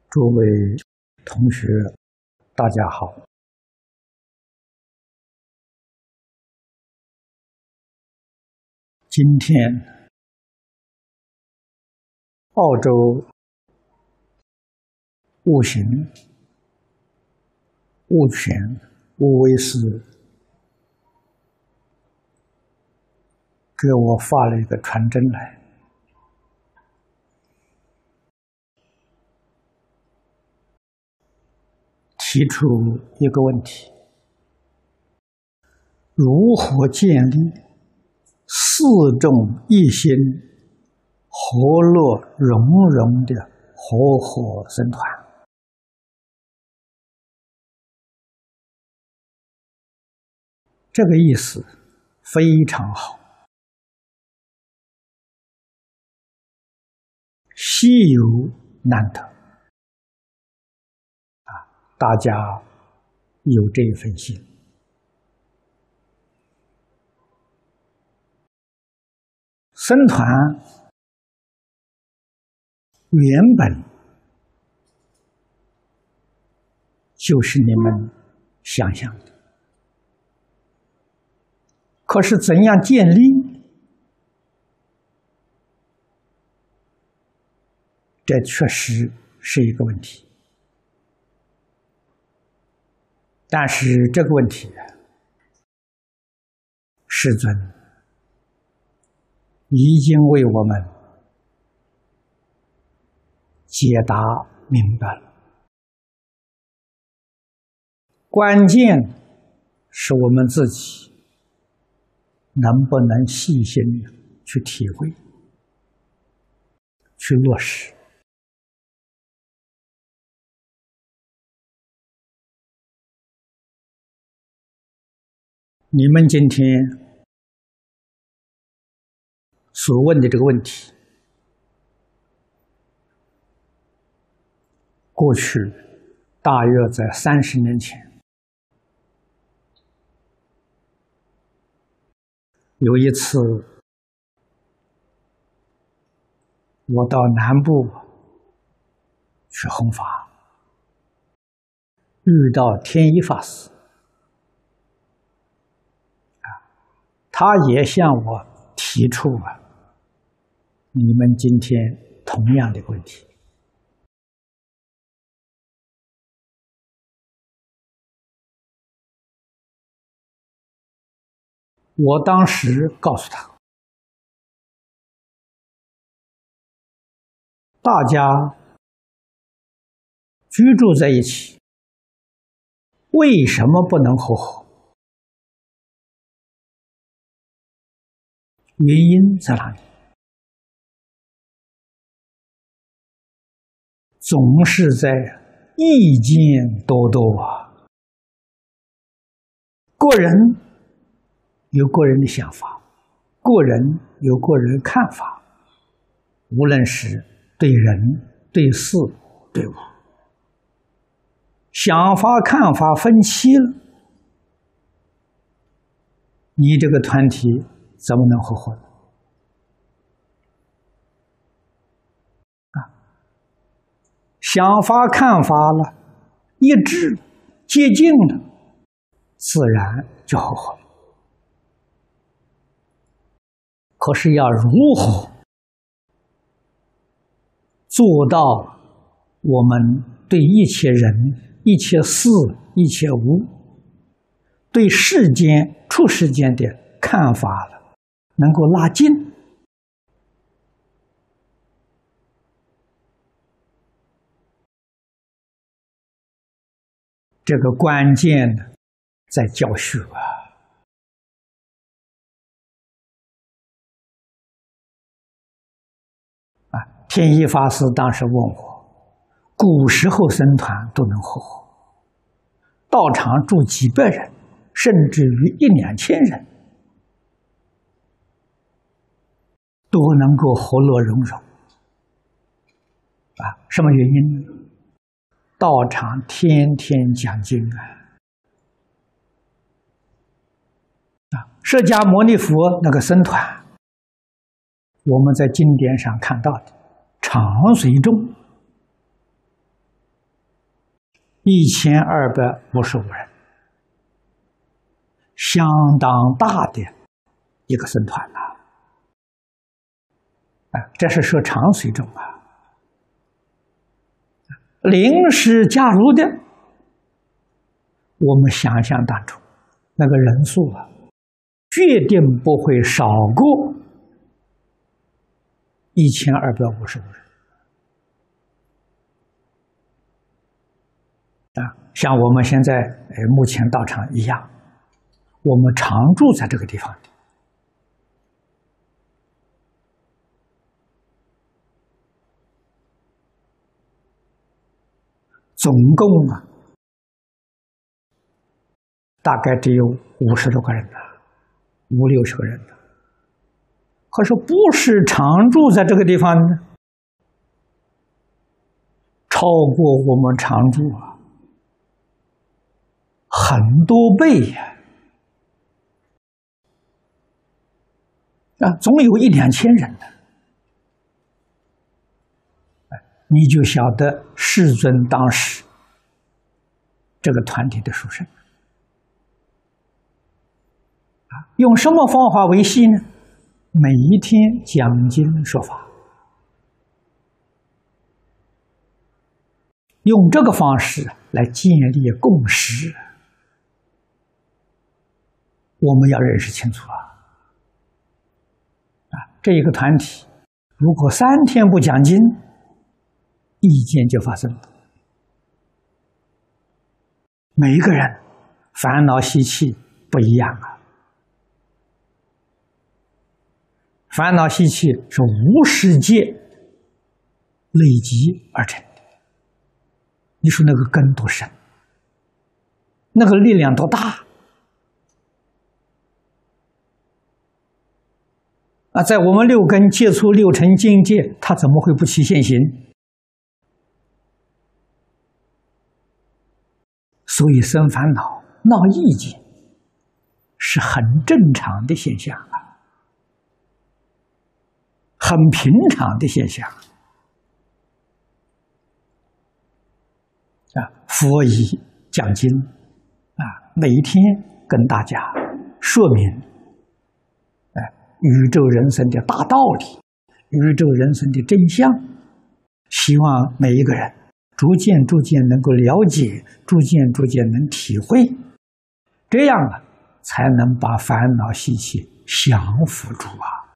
诸位同学，大家好。今天，澳洲悟行、悟权、悟威斯给我发了一个传真来。提出一个问题：如何建立四众一心、和乐融融的和合僧团？这个意思非常好，稀有难得。大家有这一份心，僧团原本就是你们想象的，可是怎样建立，这确实是一个问题。但是这个问题，世尊已经为我们解答明白了。关键是我们自己能不能细心去体会、去落实。你们今天所问的这个问题，过去大约在30年前，有一次我到南部去弘法，遇到天一法师，他也向我提出你们今天同样的问题。我当时告诉他，大家居住在一起，为什么不能和合？原因在哪里？总是在意见多多个人有个人的想法，个人有个人的看法，无论是对人、对事、对物，想法看法分歧了，你这个团体怎么能合伙呢？想法看法了，一致接近了，自然就合伙了。可是要如何做到我们对一切人、一切事、一切物，对世间、出世间的看法了，能够拉近？这个关键呢，在教学天一法师当时问我，古时候僧团都能合伙，道场住几百人，甚至于1、2千人，都能够和乐融融什么原因呢？道场天天讲经释迦牟尼佛那个僧团，我们在经典上看到的长随众 1255人，相当大的一个僧团呐。这是说常随众啊。临时加入的，我们想象当中那个人数啊，决定不会少过1255人。像我们现在目前道场一样，我们常住在这个地方的，总共大概只有50多个人50、60个人。可是不是常住在这个地方呢，超过我们常住很多倍呀！总有1、2千人的，你就晓得世尊当时这个团体的殊胜。用什么方法维系呢？每一天讲经说法，用这个方式来建立共识。我们要认识清楚这一个团体如果3天不讲经，意见就发生了。每一个人烦恼习气不一样烦恼习气是无始界累积而成的，你说那个根多深，那个力量多大在我们6根接触6尘境界，它怎么会不起现行？所以生烦恼闹意见是很正常的现象很平常的现象佛以讲经每一天跟大家说明宇宙人生的大道理，宇宙人生的真相，希望每一个人逐渐能够了解，逐渐能体会，这样才能把烦恼习气降伏住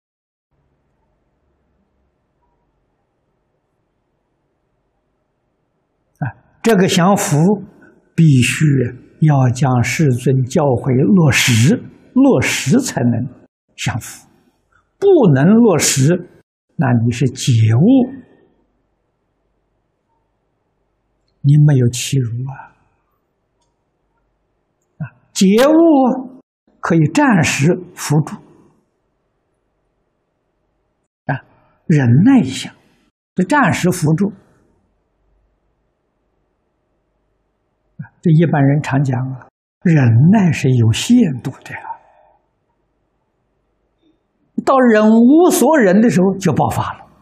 这个降伏必须要将世尊教诲落实才能降伏，不能落实，那你是解悟，你没有契入解悟可以暂时扶住忍耐一下，就暂时扶住。这一般人常讲忍耐是有限度的到忍无所忍的时候就爆发了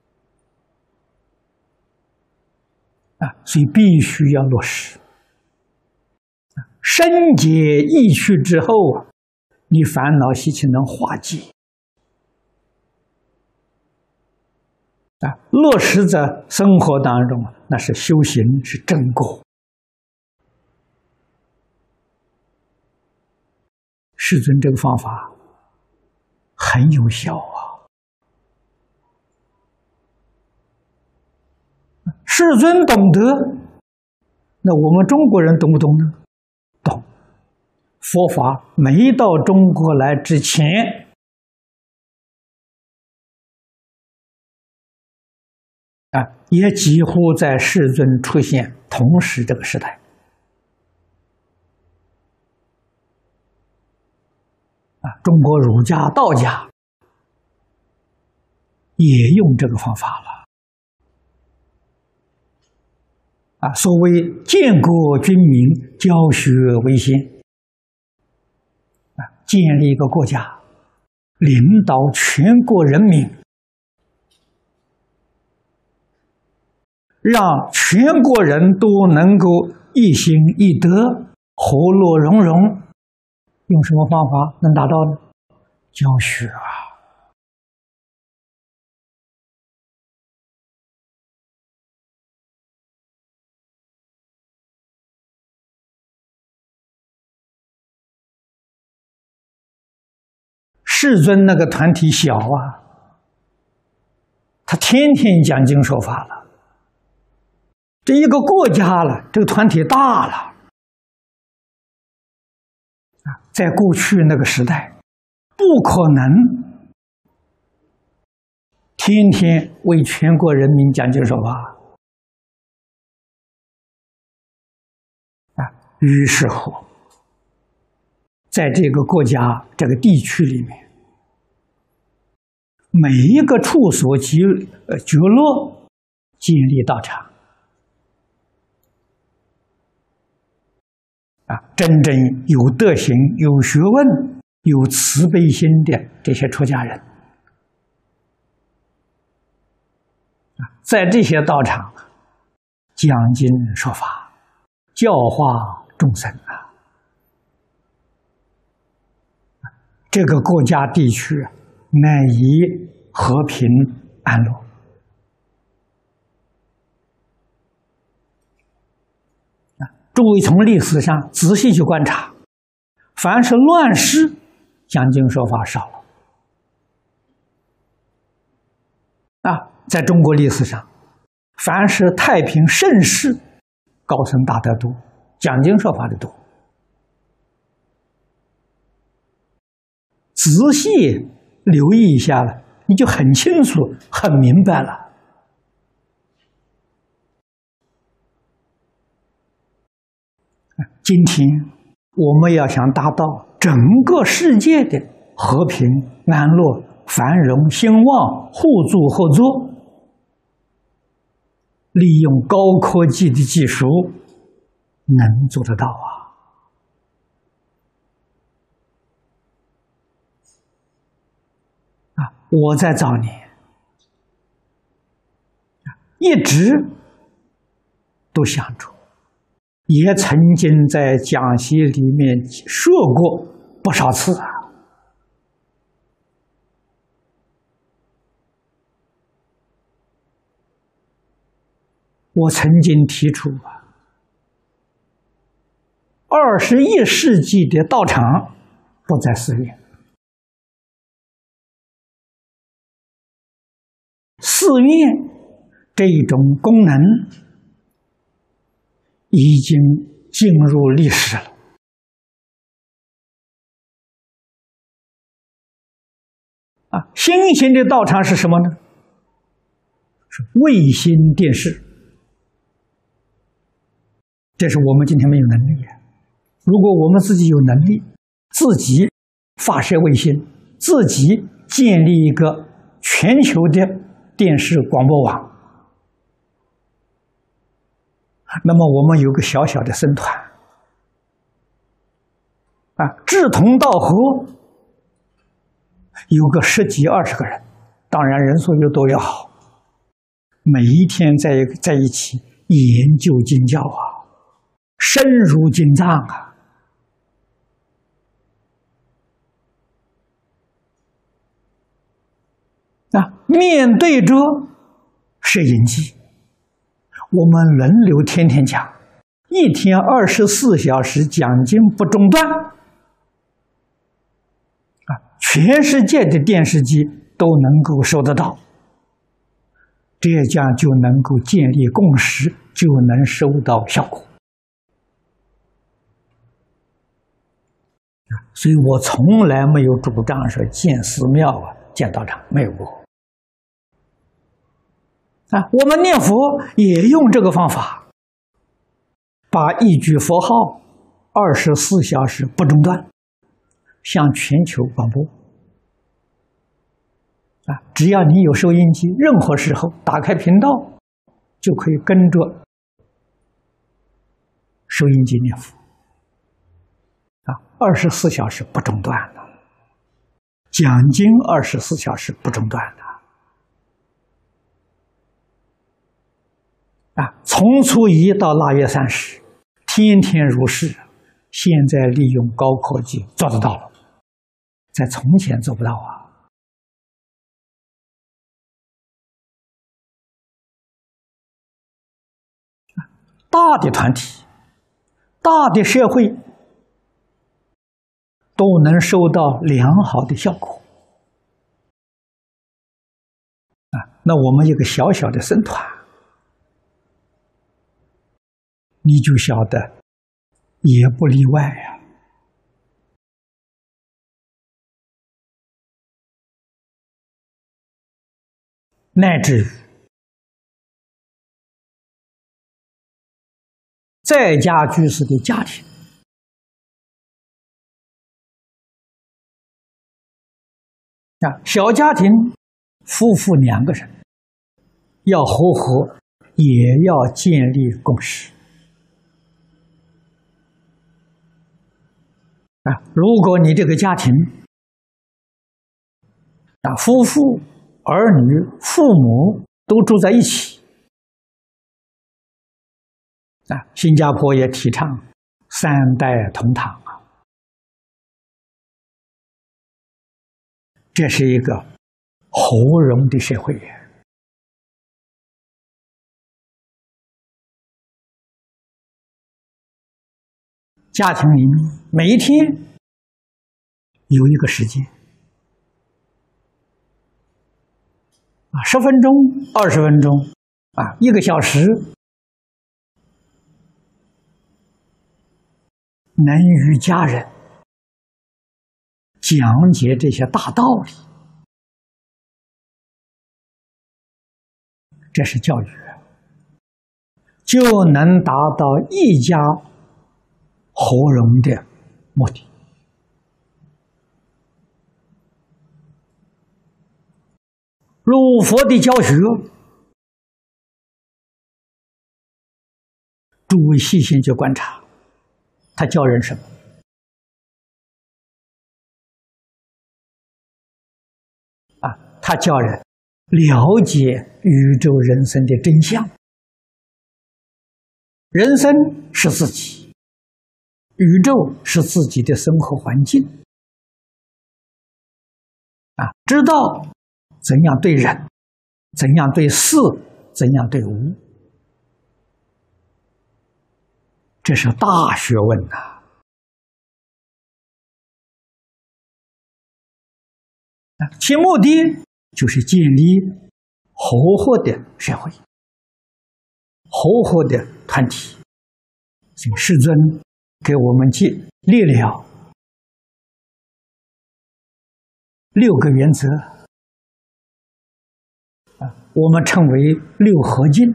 所以必须要落实。深解意趣之后你烦恼习气能化解落实在生活当中，那是修行，是正果。世尊这个方法很有效世尊懂得，那我们中国人懂不懂呢？懂。佛法没到中国来之前也几乎在世尊出现同时这个时代中国儒家、道家也用这个方法了所谓建国军民，教学为先建立一个国家，领导全国人民，让全国人都能够一心一德，和乐融融。用什么方法能达到呢？教学啊！世尊那个团体小啊，他天天讲经说法了。这一个国家了，这个团体大了。在过去那个时代，不可能天天为全国人民讲经说法于是乎，在这个国家这个地区里面，每一个处所及角落建立道场真正有德行、有学问、有慈悲心的这些出家人在这些道场讲经说法，教化众生这个国家地区乃以和平安乐。诸位从历史上仔细去观察，凡是乱世，讲经说法少了在中国历史上，凡是太平盛世，高僧大德多，讲经说法的多。仔细留意一下了，你就很清楚、很明白了。今天我们要想达到整个世界的和平、安乐、繁荣、兴旺、互助合作，利用高科技的技术，能做得到我在早年一直都想着，也曾经在讲习里面说过不少次我曾经提出21世纪的道场不在寺院，寺院这种功能已经进入历史了。新型的道场是什么呢？是卫星电视。这是我们今天没有能力如果我们自己有能力，自己发射卫星，自己建立一个全球的电视广播网，那么我们有个小小的僧团志同道合，有个10几20个人，当然人数越多越好，每一天在一起研究经教深入经藏面对着摄影机，我们轮流天天讲，一天24小时讲经不中断全世界的电视机都能够收得到，这样就能够建立共识，就能收到效果。所以我从来没有主张说建寺庙建道场，没有过我们念佛也用这个方法，把一句佛号24小时不中断向全球广播只要你有收音机，任何时候打开频道就可以跟着收音机念佛24小时不中断的，讲经24小时不中断的从初一到腊月30， 先天如是，现在利用高科技做得到了，在从前做不到啊。大的团体、大的社会都能收到良好的效果啊。那我们一个小小的僧团，你就晓得也不例外呀。乃至于在家居士的家庭啊，小家庭，夫妇2个人要和合，也要建立共识啊。如果你这个家庭啊，夫妇、儿女、父母都住在一起啊，新加坡也提倡3代同堂啊，这是一个和融的社会呀。家庭里面每一天有一个时间啊，10分钟、20分钟啊，1个小时，能与家人讲解这些大道理，这是教育，就能达到一家和融的目的。如佛的教学，诸位细心去观察，他教人什么？啊，他教人了解宇宙人生的真相。人生是自己，宇宙是自己的生活环境。啊，知道怎样对人，怎样对事，怎样对物，这是大学问呐！其目的就是建立和合的社会，和合的团体。请世尊给我们列了6个原则，我们称为6合敬。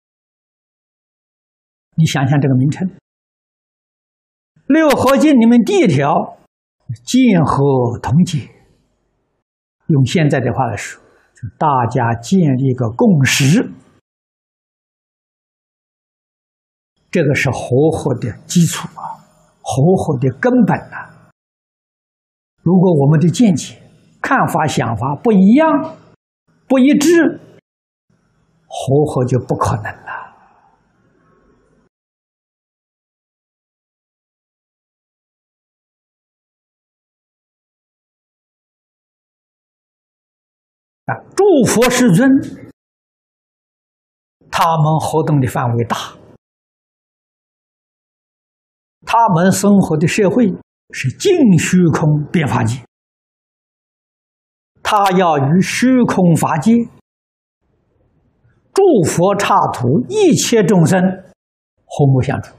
你想想这个名称，6合敬里面第1条，见和同解。用现在的话来说，就大家建立一个共识，这个是和合的基础啊，和合的根本啊。如果我们的见解、看法、想法不一样、不一致，和合就不可能了。诸佛世尊，他们活动的范围大，他们生活的社会是尽虚空变法界，他要与虚空法界、诸佛刹土一切众生和睦相处。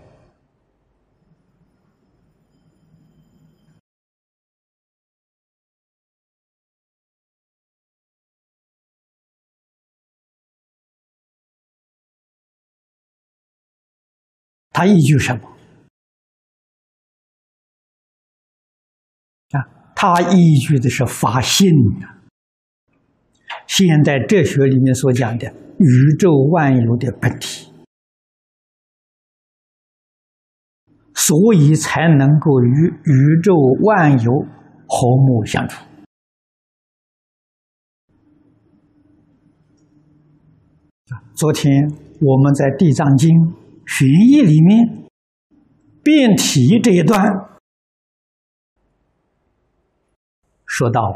他依据什么？他依据的是法性啊。现代哲学里面所讲的宇宙万有的本体，所以才能够与宇宙万有和睦相处。昨天我们在《地藏经》玄义里面辩题这一段说到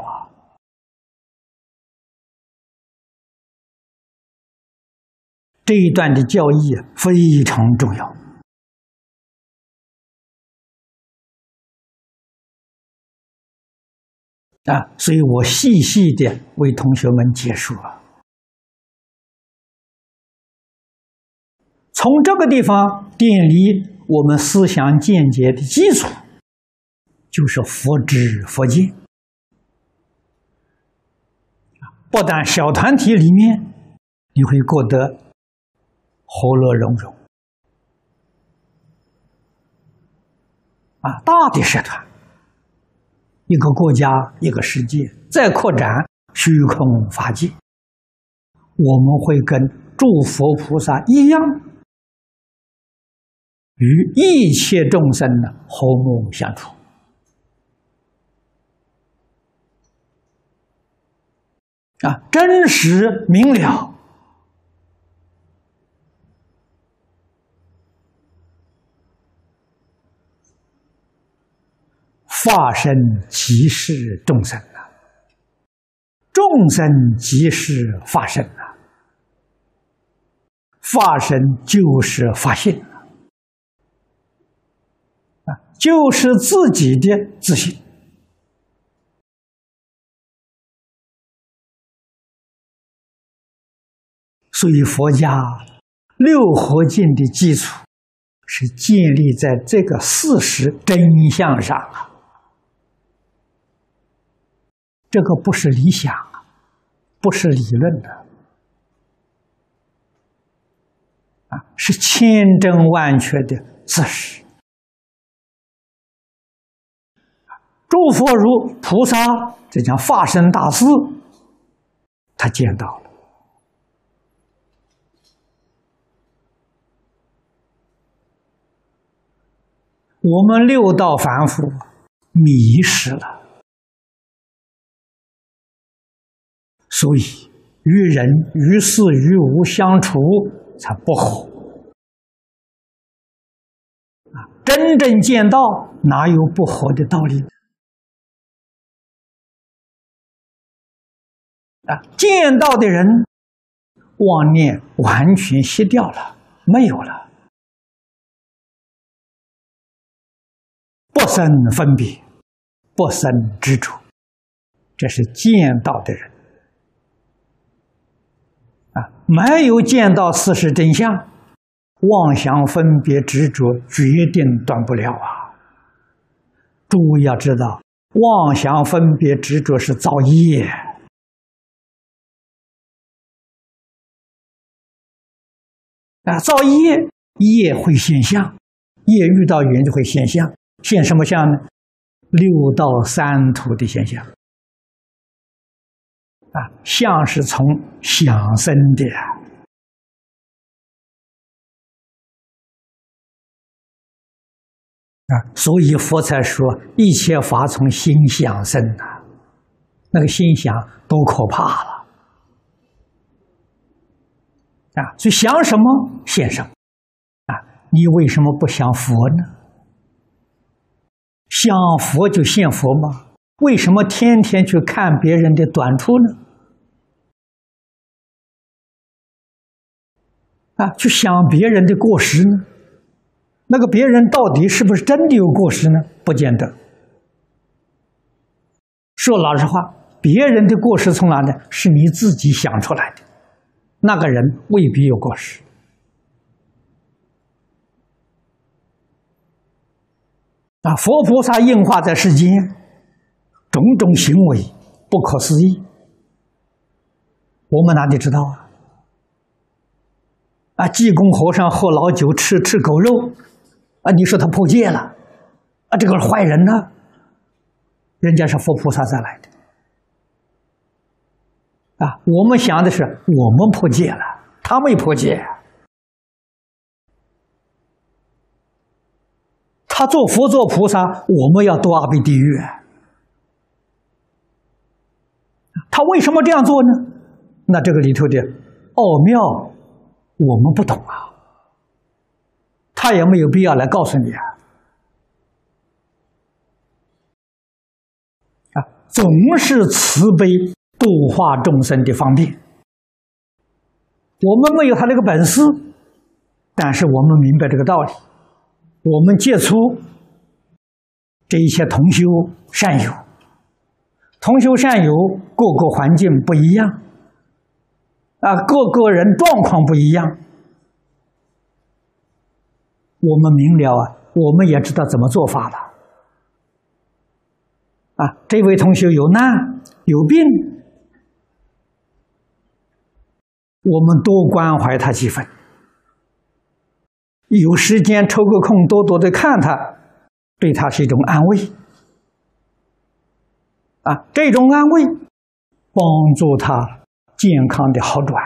这一段的教义非常重要所以我细细的为同学们解说。从这个地方奠立我们思想见解的基础，就是佛知佛见。不但小团体里面你会过得和乐融融，大的社团，一个国家，一个世界，再扩展虚空法界，我们会跟诸佛菩萨一样，与一切众生和睦相处。真实明了，法身即是众生众生即是法身法身就是法性就是自己的自性。所以佛家六合敬的基础是建立在这个事实真相上这个不是理想，不是理论的是千真万确的事实。诸佛如菩萨，这讲法身大士，他见到了。我们六道凡夫迷失了，所以与人、与事、与物相处才不和。真正见到，哪有不和的道理？见到的人，妄念完全熄掉了，没有了。不生分别，不生执着，这是见到的人没有见到事实真相，妄想分别执着决定断不了诸位要知道，妄想分别执着是造业造业，业会现象，业遇到缘就会现象。现什么相呢？六道三途的现象相是从想生的所以佛才说一切法从心想生那个心想多可怕了所以想什么现什么你为什么不想佛呢？想佛就现佛吗？为什么天天去看别人的短处呢？去想别人的过失呢？那个别人到底是不是真的有过失呢？不见得。说老实话，别人的过失从哪呢？是你自己想出来的，那个人未必有过失。佛菩萨应化在世间，种种行为不可思议，我们哪里知道济公和尚喝老酒，吃狗肉你说他破戒了这个坏人呢？人家是佛菩萨再来的我们想的是我们破戒了，他没破戒他做佛做菩萨，我们要堕阿鼻地狱他为什么这样做呢？那这个里头的奥妙我们不懂他也没有必要来告诉你总是慈悲度化众生的方便。我们没有他那个本事，但是我们明白这个道理。我们接触这一些同修善友，同修善友各个环境不一样，各个人状况不一样，我们明了我们也知道怎么做法了。这位同修有难有病，我们多关怀他几分，有时间抽个空多多的看他，对他是一种安慰。这种安慰帮助他健康的好转。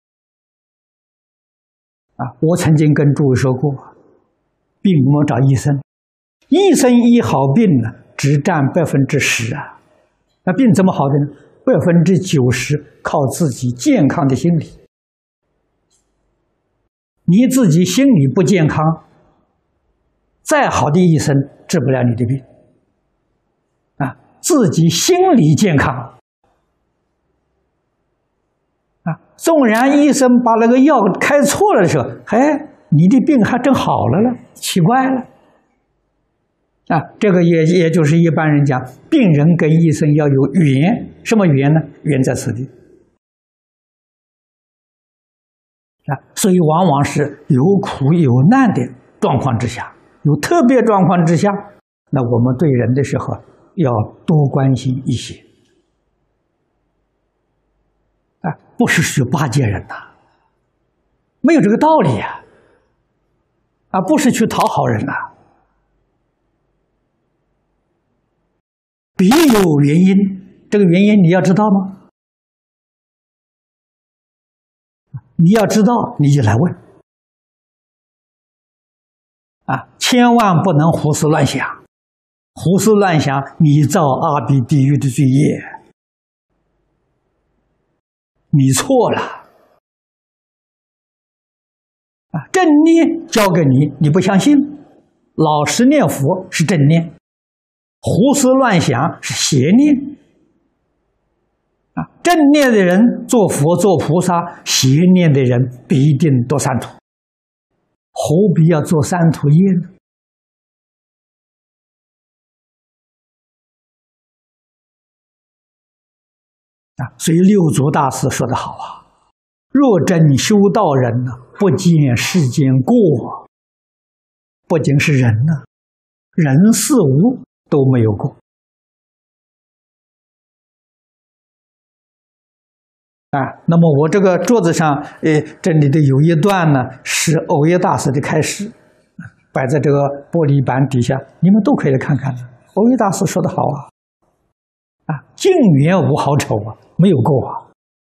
我曾经跟诸位说过，病我们找医生，医生医好病呢，只占10%啊。那病怎么好的呢？90%靠自己健康的心理。你自己心理不健康，再好的医生治不了你的病。自己心理健康，纵然医生把那个药开错了的时候，你的病还真好了，奇怪了。这个也就是一般人讲，病人跟医生要有缘，什么缘呢？缘在此地。所以往往是有苦有难的状况之下，有特别状况之下，那我们对人的时候要多关心一些。不是去巴结人呐，没有这个道理呀。不是去讨好人呐。必有原因，这个原因你要知道吗？你要知道，你就来问。千万不能胡思乱想，胡思乱想，你造阿鼻地狱的罪业，你错了。正念教给你，你不相信，老实念佛是正念，胡思乱想是邪念。正念的人做佛做菩萨，邪念的人必定堕三途，何必要做三途业呢？所以六祖大师说得好若真修道人不见世间过，不仅是人人事物都没有过。那么我这个桌子上，这里的有一段呢，是藕益大师的开示，摆在这个玻璃板底下，你们都可以来看看。藕益大师说得好境缘无好丑没有过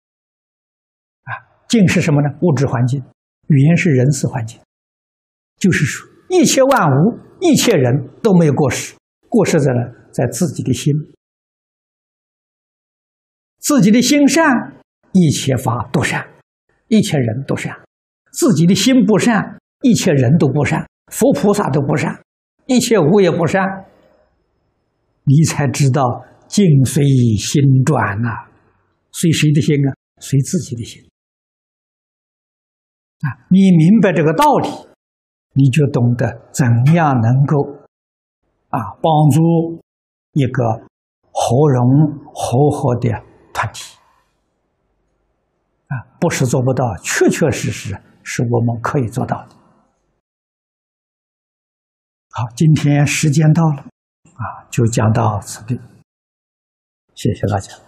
境是什么呢？物质环境，缘是人事环境，就是说一切万物、一切人都没有过失，过失在呢，在自己的心，自己的心善。一切法都善，一切人都善，自己的心不善，一切人都不善，佛菩萨都不善，一切物也不善，你才知道境随心转随谁的心随自己的心你明白这个道理，你就懂得怎样能够帮助一个和融和合的团体。不是做不到，确确实实是我们可以做到的。好，今天时间到了就讲到此地，谢谢大家。